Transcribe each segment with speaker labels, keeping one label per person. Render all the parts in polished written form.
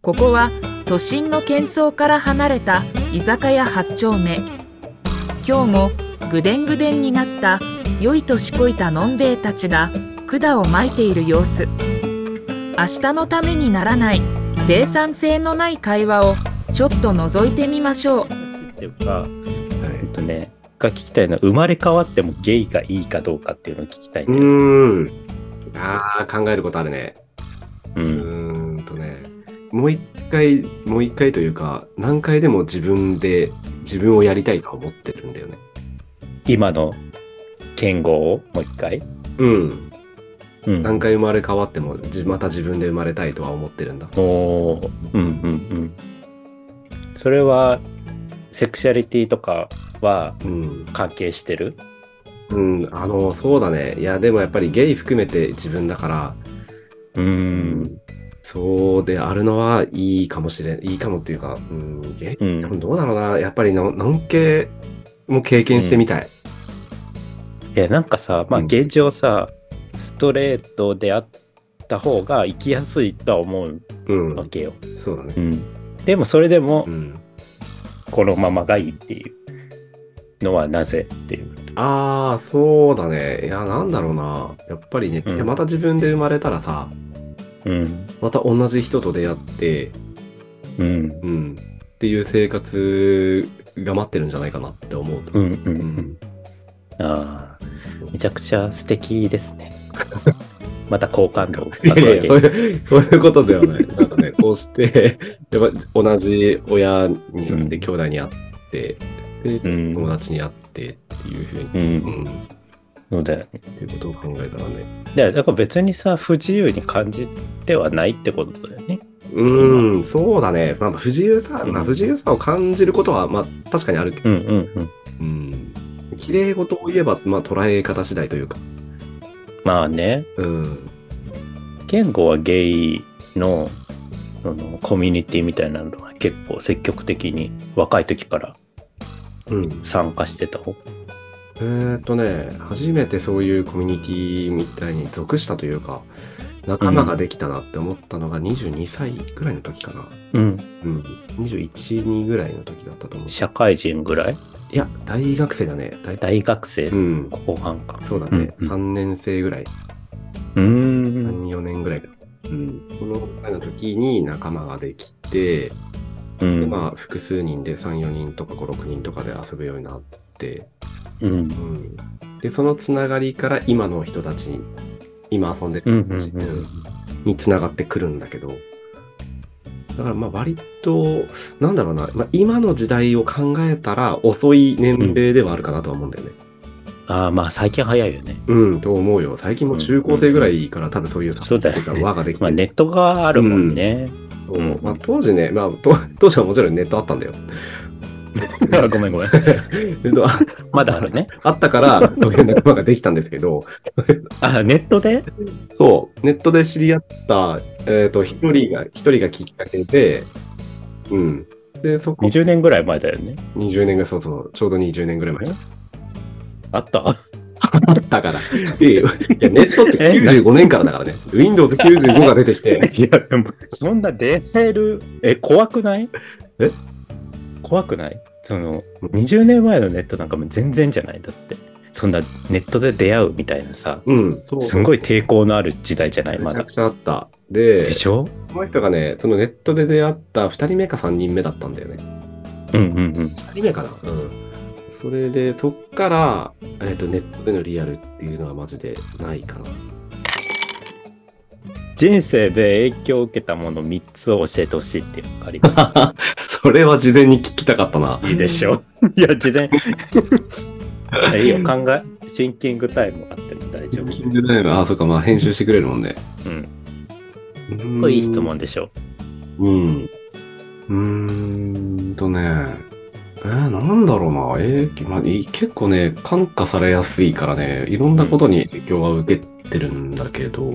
Speaker 1: ここは都心の喧騒から離れた居酒屋8丁目。今日もぐでんぐでんになった酔いとしこいたのんべえたちが管を巻いている様子。明日のためにならない生産性のない会話をちょっと覗いてみましょう。
Speaker 2: っていうか、が聞きたいのは生まれ変わってもゲイがいいかどうかっていうのを聞きたいんだよ。
Speaker 3: 考えることあるね。もう一回というか何回でも自分をやりたいと思ってるんだよね。
Speaker 2: 今の剣豪をもう一回。
Speaker 3: 何回生まれ変わってもまた自分で生まれたいとは思ってるんだ。
Speaker 2: それはセクシャリティとかは関係してる？
Speaker 3: そうだね。いやでもやっぱりゲイ含めて自分だから、そうであるのはいいかもっていうか、ゲイ、多分どうだろうな。やっぱりのんけも経験してみたい。
Speaker 2: いやなんかさ、現状さ、ストレートであった方が生きやすいとは思うわけよ。
Speaker 3: そうだね。
Speaker 2: でもそれでも、このままがいいっていうのはなぜっていう。
Speaker 3: そうだね。いやなんだろうな。やっぱりね、また自分で生まれたらさ、また同じ人と出会って、っていう生活が待ってるんじゃないかなって思うと。
Speaker 2: めちゃくちゃ素敵ですね。また好感度を
Speaker 3: そういうことではない。なんかね、こうしてやっぱ同じ親になって兄弟に会って、で友達に会ってっていうふうに、
Speaker 2: そうだよね。
Speaker 3: っていうことを考えたらね。
Speaker 2: だから別にさ、不自由に感じてはないってことだよね。
Speaker 3: そうだね。不自由さを感じることは確かにあるけど、綺麗事を言えば捉え方次第というか。
Speaker 2: まあね。言語はゲイのそのコミュニティみたいなのは結構積極的に若い時から参加してた方。
Speaker 3: 初めてそういうコミュニティみたいに属したというか、仲間ができたなって思ったのが22歳ぐらいの時かな。21、2ぐらいの時だったと思う。
Speaker 2: 社会人ぐらい？
Speaker 3: いや、大学生だね。
Speaker 2: 大学生、後半か。
Speaker 3: そうだね。3年生ぐらい。3、4年ぐらいか。このぐらいの時に仲間ができて、で複数人で3、4人とか5、6人とかで遊ぶようになって、で、そのつながりから今の人たち、今遊んでる人たちにつながってくるんだけど、だから割と、なんだろうな、今の時代を考えたら遅い年齢ではあるかなとは思うんだよね。
Speaker 2: 最近早いよね。
Speaker 3: と思うよ。最近も中高生ぐらいから多分そういう
Speaker 2: そうだよね。
Speaker 3: 輪ができて
Speaker 2: ネットがあるもんね。
Speaker 3: 当時ね、当時はもちろんネットあったんだよ。
Speaker 2: ごめん。まだあるね。
Speaker 3: あったから、そういう仲間ができたんですけど。
Speaker 2: ネットで？
Speaker 3: そう。ネットで知り合った、一人がきっかけで、で、
Speaker 2: 20年ぐらい前だよね。
Speaker 3: 20年ぐらい、そう、ちょうど20年ぐらい前。
Speaker 2: あった
Speaker 3: から。いや、ネットって95年からだからね。Windows 95が出てきて。
Speaker 2: いや、でも、そんな出せる、怖くない？怖くない？その20年前のネットなんかも全然じゃない。だってそんなネットで出会うみたいなさ、すんごい抵抗のある時代じゃない？まだ
Speaker 3: めちゃくちゃあった。で
Speaker 2: しょ？
Speaker 3: この人がね、そのネットで出会った2人目か3人目だったんだよね。2人目かな。それでそっからネットでのリアルっていうのはマジでないかな。
Speaker 2: 人生で影響を受けたもの3つを教えてほしいっていうのがあります。
Speaker 3: それは事前に聞きたかったな。
Speaker 2: いいでしょ。いや、事前。いいよ、シンキングタイムあっても大丈夫。
Speaker 3: シンキングタイム、そうか、編集してくれるもんね。
Speaker 2: これいい質問でしょ。
Speaker 3: なんだろうな。結構ね、感化されやすいからね、いろんなことに影響は受けてるんだけど、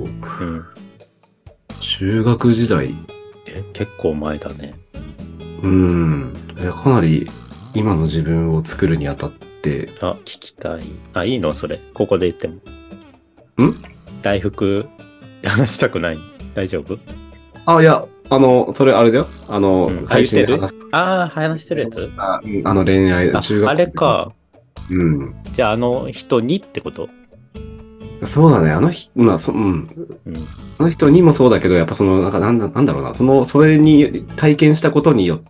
Speaker 3: 中学時代。
Speaker 2: 結構前だね。
Speaker 3: かなり今の自分を作るにあたって。
Speaker 2: 聞きたい。いいのそれ。ここで言っても。大福話したくない？大丈夫？
Speaker 3: いや、 それあれだよ。配信で
Speaker 2: 話してるやつ？
Speaker 3: 恋愛、
Speaker 2: 中学あれか。
Speaker 3: うん。
Speaker 2: じゃあ、人にってこと？
Speaker 3: そうだね。あの人にもそうだけど、やっぱなんだろうな、それに体験したことによって、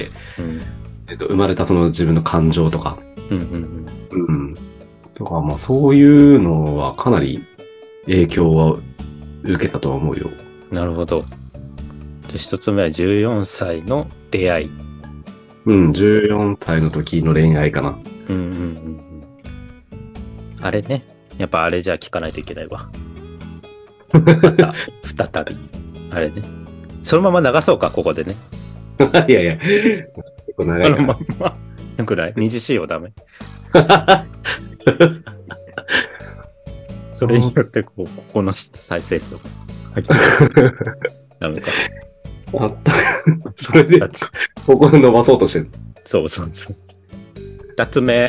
Speaker 3: 生まれた自分の感情とか、とか、まあそういうのはかなり影響は受けたとは思うよ。
Speaker 2: なるほど。で、一つ目は14歳の出会い。
Speaker 3: 14歳の時の恋愛かな。
Speaker 2: あれね。やっぱあれじゃ聞かないといけないわ。また、再び。あれね。そのまま流そうか、ここでね。
Speaker 3: いやいや、結構長いな。
Speaker 2: このまんま。くらい二次使用ダメ。それによってここの再生数が。ダメか。
Speaker 3: それで、ここで伸ばそうとしてる。
Speaker 2: そう。二つ目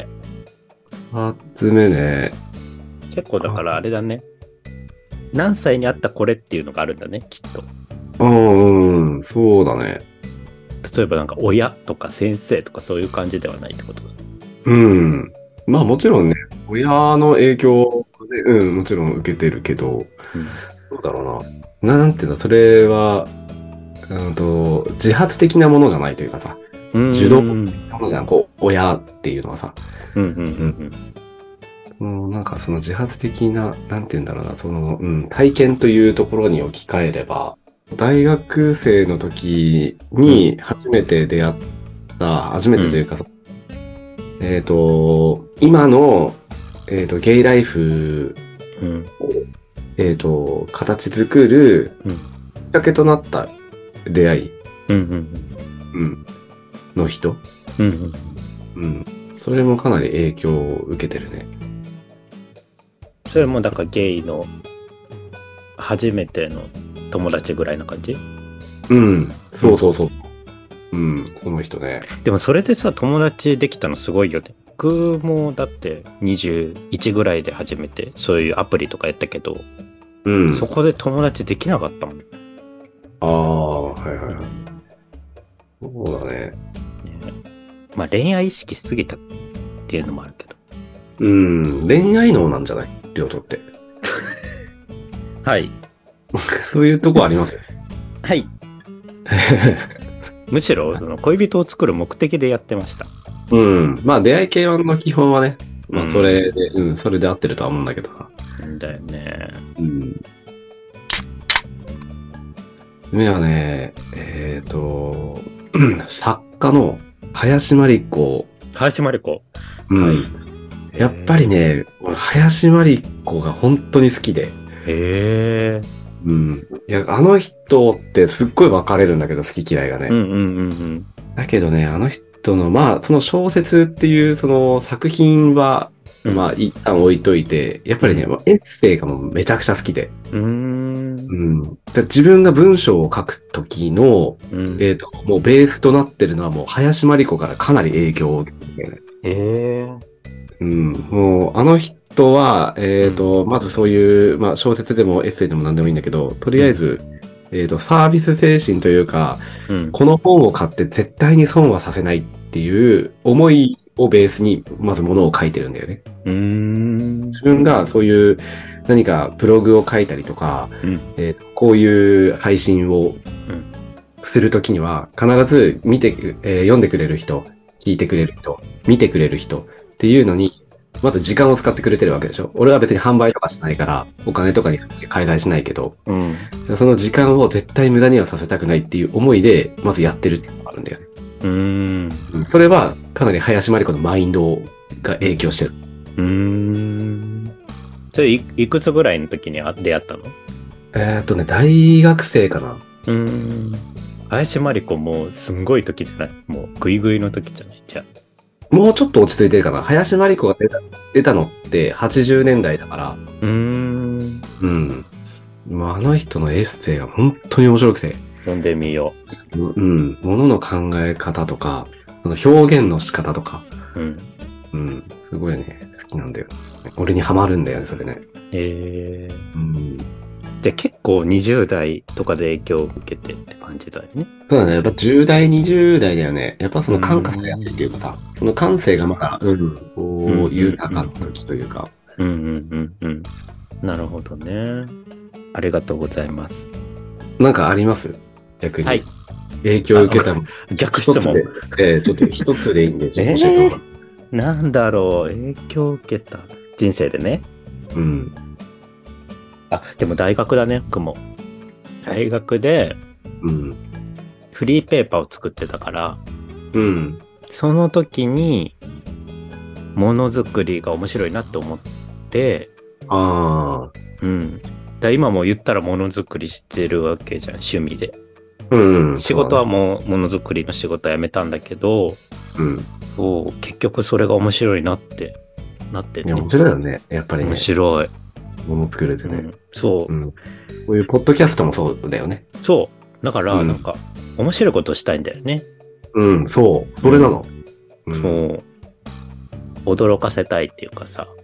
Speaker 3: ね。
Speaker 2: 結構だからあれだね。何歳にあったこれっていうのがあるんだね、きっと。
Speaker 3: そうだね。
Speaker 2: 例えばなんか親とか先生とかそういう感じではないってことだ。
Speaker 3: まあもちろんね、親の影響で、もちろん受けてるけど、どうだろうな。なんていうの、それは、自発的なものじゃないというかさ、受動的なものじゃん、親っていうのはさ。なんかその自発的な、なんていうんだろうな、体験というところに置き換えれば、大学生の時に初めて出会った、初めてというか、今の、ゲイライフを、形作るきっかけとなった出会い、の人、それもかなり影響を受けてるね。
Speaker 2: それもだからゲイの初めての友達ぐらいな感じ？
Speaker 3: そう。その人ね。
Speaker 2: でもそれでさ、友達できたのすごいよね。僕もだって21ぐらいで初めてそういうアプリとかやったけど、そこで友達できなかったもん。
Speaker 3: そうだね。
Speaker 2: まあ恋愛意識しすぎたっていうのもあるけど。
Speaker 3: 恋愛脳なんじゃない？りょうとって。
Speaker 2: はい。
Speaker 3: そういうとこありますよ。
Speaker 2: はい。むしろ恋人を作る目的でやってました。
Speaker 3: まあ出会い系の基本はね、まあそれで、それで合ってるとは思うんだけどな。
Speaker 2: だよね。
Speaker 3: 次はね、作家の林真理子。
Speaker 2: 林真理子。
Speaker 3: やっぱりね、林真理子が本当に好きで。いや、あの人ってすっごい分かれるんだけど、好き嫌いがね。だけどね、あの人の、まあ、その小説っていうその作品は、まあ、一旦置いといて、やっぱりね、エッセイがもうめちゃくちゃ好きで。自分が文章を書くときの、もうベースとなってるのはもう林真理子からかなり影響を受けてね。もう、あの人は、まずそういう、まあ、小説でもエッセイでも何でもいいんだけど、とりあえず、サービス精神というか、この本を買って絶対に損はさせないっていう思いをベースに、まず物を書いてるんだよね。自分がそういう何かブログを書いたりとか、こういう配信をするときには、必ず読んでくれる人、聞いてくれる人、見てくれる人っていうのに、まず時間を使ってくれてるわけでしょ。俺は別に販売とかしないから、お金とかに介在しないけど、その時間を絶対無駄にはさせたくないっていう思いで、まずやってるっていうのがあるんだよね。それはかなり林真理子のマインドが影響してる。
Speaker 2: それいくつぐらいの時に出会ったの？
Speaker 3: 大学生かな。
Speaker 2: 林真理子もすんごい時じゃない？もうグイグイの時じゃない？じゃあ。
Speaker 3: もうちょっと落ち着いてるかな。林真理子が出たのって80年代だから。まあ、あの人のエッセイが本当に面白くて。
Speaker 2: 読んでみよ
Speaker 3: う。ものの考え方とか、その表現の仕方とか。すごいね、好きなんだよ。俺にハマるんだよね、それね。
Speaker 2: で、結構20代とかで影響を受けてって感じだよね。
Speaker 3: そうだね。やっぱ10代、20代だよね。やっぱその感化されやすいっていうかさ、その感性がまだ、こう、豊かな時というか。
Speaker 2: なるほどね。ありがとうございます。
Speaker 3: なんかあります逆に。
Speaker 2: はい。
Speaker 3: 影響を受けた
Speaker 2: 逆質問。
Speaker 3: ちょっと一つでいいんで、ちょっと教えてもらう。
Speaker 2: なんだろう、影響を受けた。人生でね。
Speaker 3: うん。
Speaker 2: でも大学だね、僕も。大学で、フリーペーパーを作ってたから、その時に、ものづくりが面白いなって思って、今も言ったらものづくりしてるわけじゃん、趣味で。仕事はもうものづくりの仕事は辞めたんだけど、結局それが面白いなってなってね。
Speaker 3: 面白いよね、やっぱりね。
Speaker 2: 面白い。
Speaker 3: もの作れてね。
Speaker 2: そう。
Speaker 3: こういうポッドキャストもそうだよね。
Speaker 2: そう。だから、なんか、面白いことしたいんだよね。
Speaker 3: そう。それなの。
Speaker 2: そう。驚かせたいっていうかさ。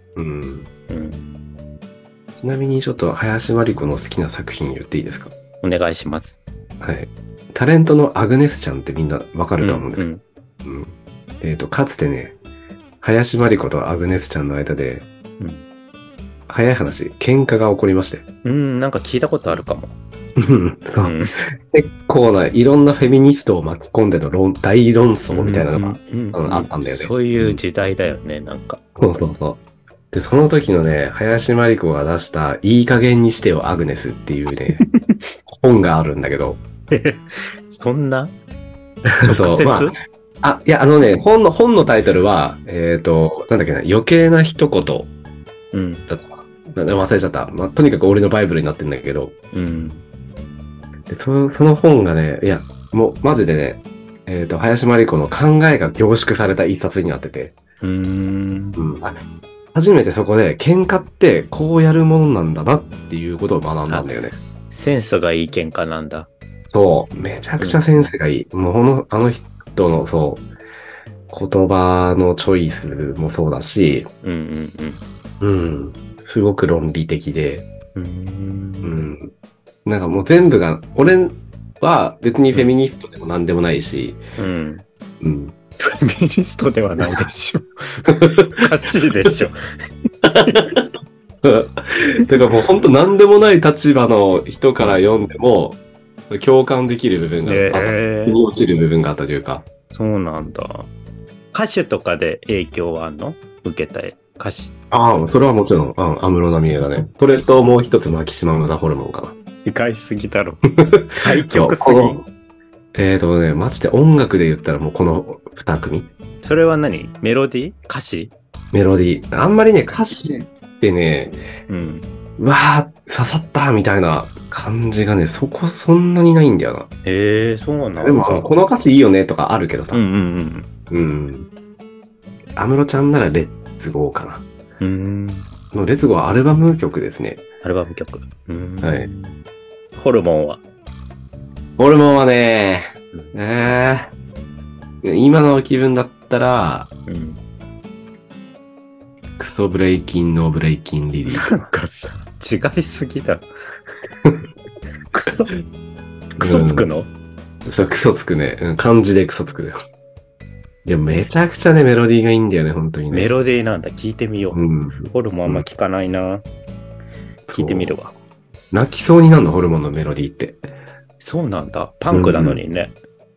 Speaker 3: ちなみにちょっと林真理子の好きな作品言っていいですか？
Speaker 2: お願いします。
Speaker 3: はい。タレントのアグネスちゃんってみんなわかると思うんですけど。かつてね、林真理子とアグネスちゃんの間で、早い話、喧嘩が起こりまして。
Speaker 2: なんか聞いたことあるかも。
Speaker 3: 結構ないろんなフェミニストを巻き込んでの大論争みたいなのがあったんだよね。
Speaker 2: そういう時代だよね、なんか。
Speaker 3: そう。で、その時のね、林真理子が出したいい加減にしてよアグネスっていうね、本があるんだけど。
Speaker 2: そんな直接
Speaker 3: いや、本のタイトルは、なんだっけな、余計な一言だったかな。忘れちゃった。とにかく俺のバイブルになってんだけど。でその本がね、いや、もうマジでね、林真理子の考えが凝縮された一冊になってて。初めてそこで喧嘩ってこうやるものなんだなっていうことを学んだんだよね。
Speaker 2: センスがいい喧嘩なんだ。
Speaker 3: そう。めちゃくちゃセンスがいい。もうあの人のそう、言葉のチョイスもそうだし、すごく論理的で、なんかもう全部が、俺は別にフェミニストでも何でもないし、
Speaker 2: フェミニストではないでしょ。おかしいでしょ。
Speaker 3: だからもう本当何でもない立場の人から読んでも共感できる部分があった。腑に落ちる部分があったというか。
Speaker 2: そうなんだ。歌手とかで影響はあんの？受けた歌手。
Speaker 3: それはもちろん、安室奈美恵だね。それともう一つ、マキシマムザホルモンかな。
Speaker 2: 違いすぎだろ。対極すぎ。
Speaker 3: マジで音楽で言ったらもうこの二組。
Speaker 2: それは何？メロディー？歌詞？
Speaker 3: メロディー。あんまりね、歌詞ってね、わー、刺さったみたいな感じがね、そんなにないんだよな。
Speaker 2: そうなんだ。
Speaker 3: でも、この歌詞いいよねとかあるけどさ。安室ちゃんならレッツゴーかな。レッツゴーはアルバム曲ですね。
Speaker 2: アルバム曲。
Speaker 3: はい。
Speaker 2: ホルモンは
Speaker 3: ね、今の気分だったら、クソブレイキンのブレイキンリリー。
Speaker 2: なんかさ、違いすぎだ。クソつくの？
Speaker 3: そう、クソつくね。漢字でクソつくよ。いや、めちゃくちゃね、メロディーがいいんだよね、本当にね。
Speaker 2: メロディーなんだ、聞いてみよう。ホルモンあんま聞かないな。聞いてみるわ。
Speaker 3: 泣きそうになるの、ホルモンのメロディーって。
Speaker 2: そうなんだ。パンクなのにね。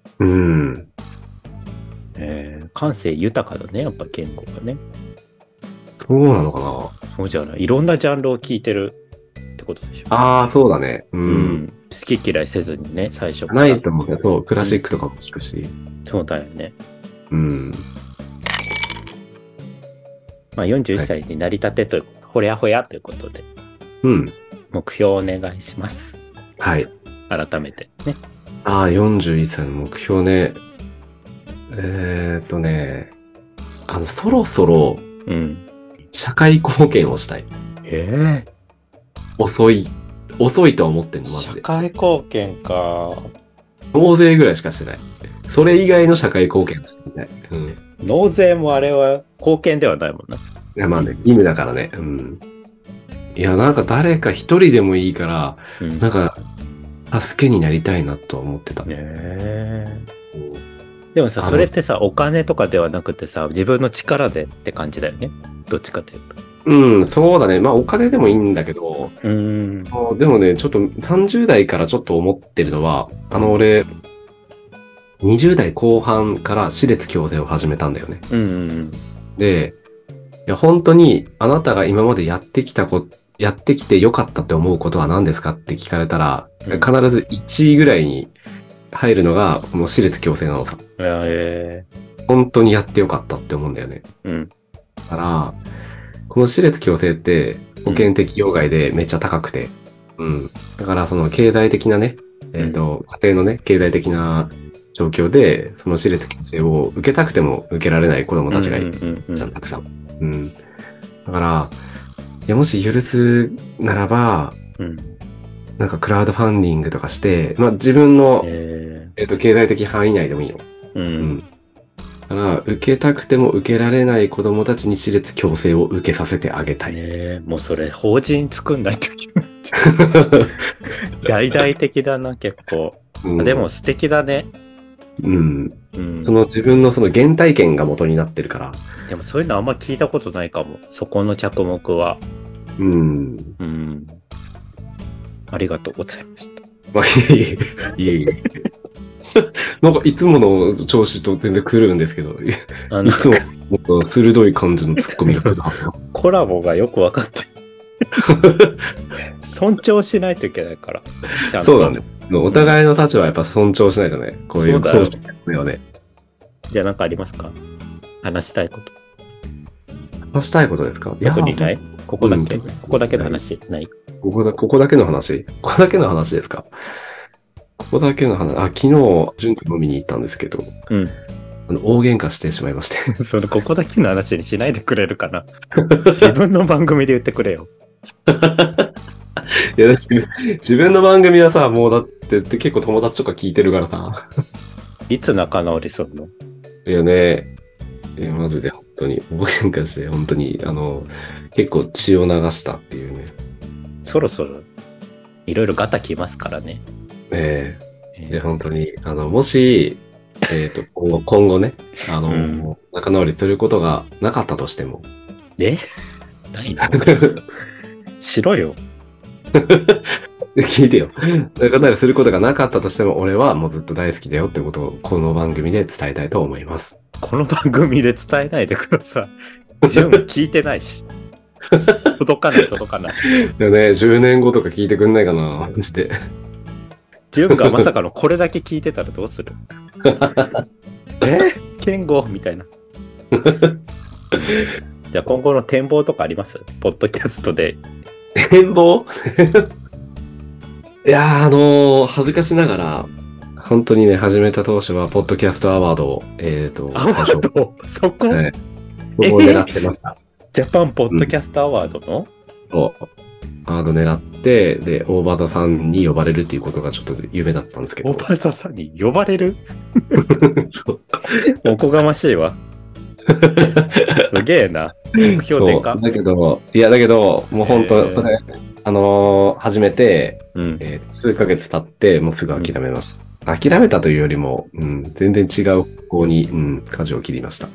Speaker 2: 感性豊かだね、やっぱ言語がね。
Speaker 3: そうなのかな？
Speaker 2: そうじゃない。いろんなジャンルを聞いてるってことでしょ。
Speaker 3: そうだね。
Speaker 2: 好き嫌いせずにね、最初から。
Speaker 3: ないと思う。そう、クラシックとかも聞くし。
Speaker 2: そうだよね。41歳になりたてという、ほやほやということで。目標をお願いします。
Speaker 3: はい。
Speaker 2: 改めてね。
Speaker 3: 41歳の目標ね。そろそろ、社会貢献をしたい。遅いとは思ってんの、マジで。
Speaker 2: 社会貢献か。
Speaker 3: 納税ぐらいしかしてない。それ以外の社会貢献をしてみたい。
Speaker 2: 納税もあれは貢献ではないもんな。
Speaker 3: いや、まあね、義務だからね。 いや、なんか誰か一人でもいいから、なんか、助けになりたいなとは思ってた。
Speaker 2: でもさ、それってさ、お金とかではなくてさ、自分の力でって感じだよね。どっちかという
Speaker 3: と。そうだね。まあ、お金でもいいんだけど、でもね、ちょっと30代からちょっと思ってるのは、俺、20代後半から私立矯正を始めたんだよね。で、いや、本当にあなたが今までやってきてよかったって思うことは何ですかって聞かれたら、必ず1位ぐらいに入るのが、この私立矯正なのさ。本当にやってよかったって思うんだよね。だから、この私立矯正って保険適用外でめっちゃ高くて。だからその経済的なね、家庭のね、経済的な状況で、その私立矯正を受けたくても受けられない子供たちがいるじゃん、たくさん。だから、いや、もし許すならば、なんかクラウドファンディングとかして、まあ自分の、経済的範囲内でもいいの。だから、受けたくても受けられない子供たちに私立矯正を受けさせてあげたい。
Speaker 2: もうそれ、法人作んないといけない。大々的だな、結構。でも素敵だね。
Speaker 3: その自分のその原体験が元になってるから。
Speaker 2: でもそういうのあんま聞いたことないかも。そこの着目は。ありがとうございました。
Speaker 3: いえ。なんかいつもの調子と全然狂うんですけど、いつももっと鋭い感じのツッコミが来る。
Speaker 2: コラボがよく分かって。尊重しないといけないから。
Speaker 3: ちゃんとそうだね。お互いの立場はやっぱ尊重しないとね、こういう講師よね。
Speaker 2: じゃあ何かありますか？話したいこと。
Speaker 3: 話したいことですか？
Speaker 2: 特にない？ここだけ、ここだけの話ない
Speaker 3: ここだけの話ですか？ここだけの話。昨日、純と飲みに行ったんですけど、大喧嘩してしまいまして。
Speaker 2: それ、ここだけの話にしないでくれるかな。自分の番組で言ってくれよ。
Speaker 3: いや、自分の番組はさ、もうだって結構友達とか聞いてるからさ。
Speaker 2: いつ仲直りするの？
Speaker 3: いやね、マジで本当に、大喧嘩して本当に、結構血を流したっていうね。そ
Speaker 2: ろそろ、いろいろガタきますからね。
Speaker 3: で、本当に、もし、今後ね、仲直りすることがなかったとしても。
Speaker 2: ないの？しろよ。
Speaker 3: 聞いてよ。仲直りすることがなかったとしても、俺はもうずっと大好きだよってことを、この番組で伝えたいと思います。
Speaker 2: この番組で伝えないでください。純聞いてないし。届かない。い
Speaker 3: やね、10年後とか聞いてくんないかな、マジで。
Speaker 2: 純がまさかのこれだけ聞いてたらどうする？ケンゴみたいな。じゃあ今後の展望とかあります？ポッドキャストで。
Speaker 3: 展望いや恥ずかしながら、本当にね、始めた当初は、ポッドキャストアワードを、
Speaker 2: アワードそこ、
Speaker 3: ここ狙ってました。
Speaker 2: ジャパンポッドキャストアワードの、
Speaker 3: そう。アワード狙って、で、大場田さんに呼ばれるっていうことがちょっと夢だったんですけど。
Speaker 2: 大場田さんに呼ばれるおこがましいわ。すげえな。目標でか。
Speaker 3: だけど、もう本当、それ、始めて、数ヶ月経って、もうすぐ諦めます。諦めたというよりも、全然違う方に、舵を切りました。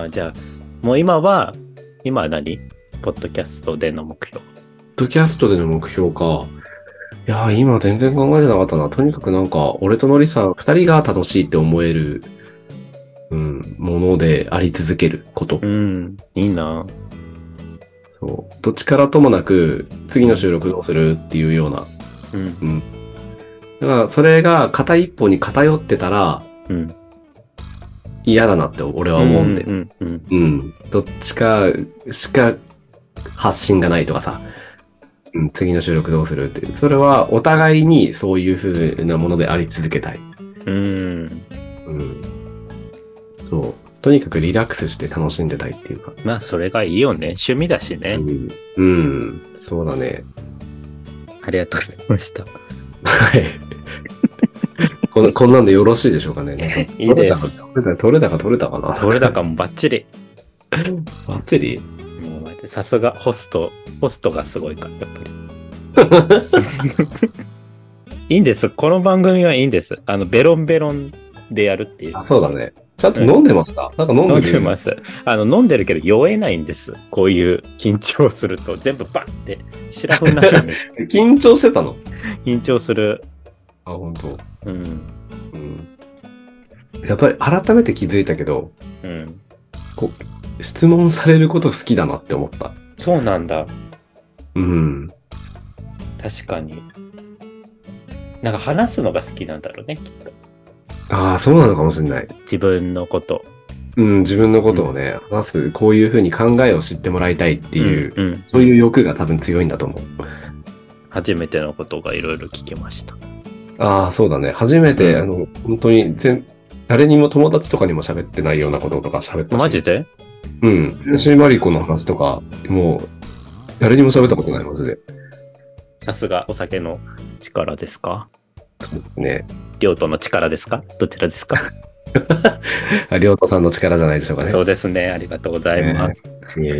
Speaker 2: じゃあ、もう今は何？ポッドキャストでの目標。
Speaker 3: ポッドキャストでの目標か。いやー、今全然考えてなかったな。とにかくなんか、俺とのりさん、二人が楽しいって思える、ものであり続けること。
Speaker 2: いいな。
Speaker 3: そう。どっちからともなく、次の収録どうするっていうような。だから、それが片一方に偏ってたら、嫌だなって俺は思うんで。どっちかしか発信がないとかさ。次の収録どうするって。それはお互いにそういう風なものであり続けたい。そう。とにかくリラックスして楽しんでたいっていうか。
Speaker 2: まあ、それがいいよね。趣味だしね。
Speaker 3: そうだね。
Speaker 2: ありがとうございました。
Speaker 3: はい。こんなんでよろしいでしょうかね。
Speaker 2: いいです。
Speaker 3: 取れたかな。
Speaker 2: 取れたかもバッチリ。
Speaker 3: バッチリ？
Speaker 2: もうさすがホストがすごいからやっぱりいいんです。この番組はいいんです。ベロンベロンでやるっていう。
Speaker 3: あ、そうだね。ちゃんと飲んでました、なんか飲んで
Speaker 2: ます。飲んでるけど酔えないんです。こういう緊張すると全部バッてシラフになるんです。
Speaker 3: 緊張してたの？
Speaker 2: 緊張する。
Speaker 3: あ、本当。
Speaker 2: うん。
Speaker 3: やっぱり改めて気づいたけど、こう質問されること好きだなって思った。
Speaker 2: そうなんだ。
Speaker 3: うん。
Speaker 2: 確かに。なんか話すのが好きなんだろうね、きっと。
Speaker 3: ああ、そうなのかもしれない。
Speaker 2: 自分のこと。
Speaker 3: 自分のことをね、話す、こういうふうに考えを知ってもらいたいっていう、そういう欲が多分強いんだと思う。
Speaker 2: 初めてのことがいろいろ聞けました。
Speaker 3: ああ、そうだね。初めて、本当に誰にも友達とかにも喋ってないようなこととか喋ったし。
Speaker 2: マジで？
Speaker 3: シーマリコの話とか、もう、誰にも喋ったことない、マジで。
Speaker 2: さすがお酒の力ですか？
Speaker 3: そうね。
Speaker 2: りょうとの力ですか？どちらですか？
Speaker 3: りょうとさんの力じゃないでしょうかね。
Speaker 2: そうですね。ありがとうございます。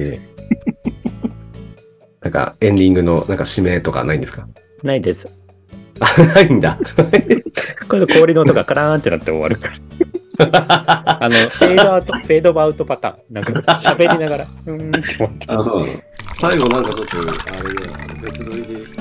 Speaker 3: なんか、エンディングの、なんか指名とかないんですか？
Speaker 2: ないです。
Speaker 3: ないんだ。
Speaker 2: これ氷の音がカラーンってなって終わるから。フェードアウトパターン。なんか喋りながら、って思って。
Speaker 3: 最後なんかちょっと、あれね、別撮りで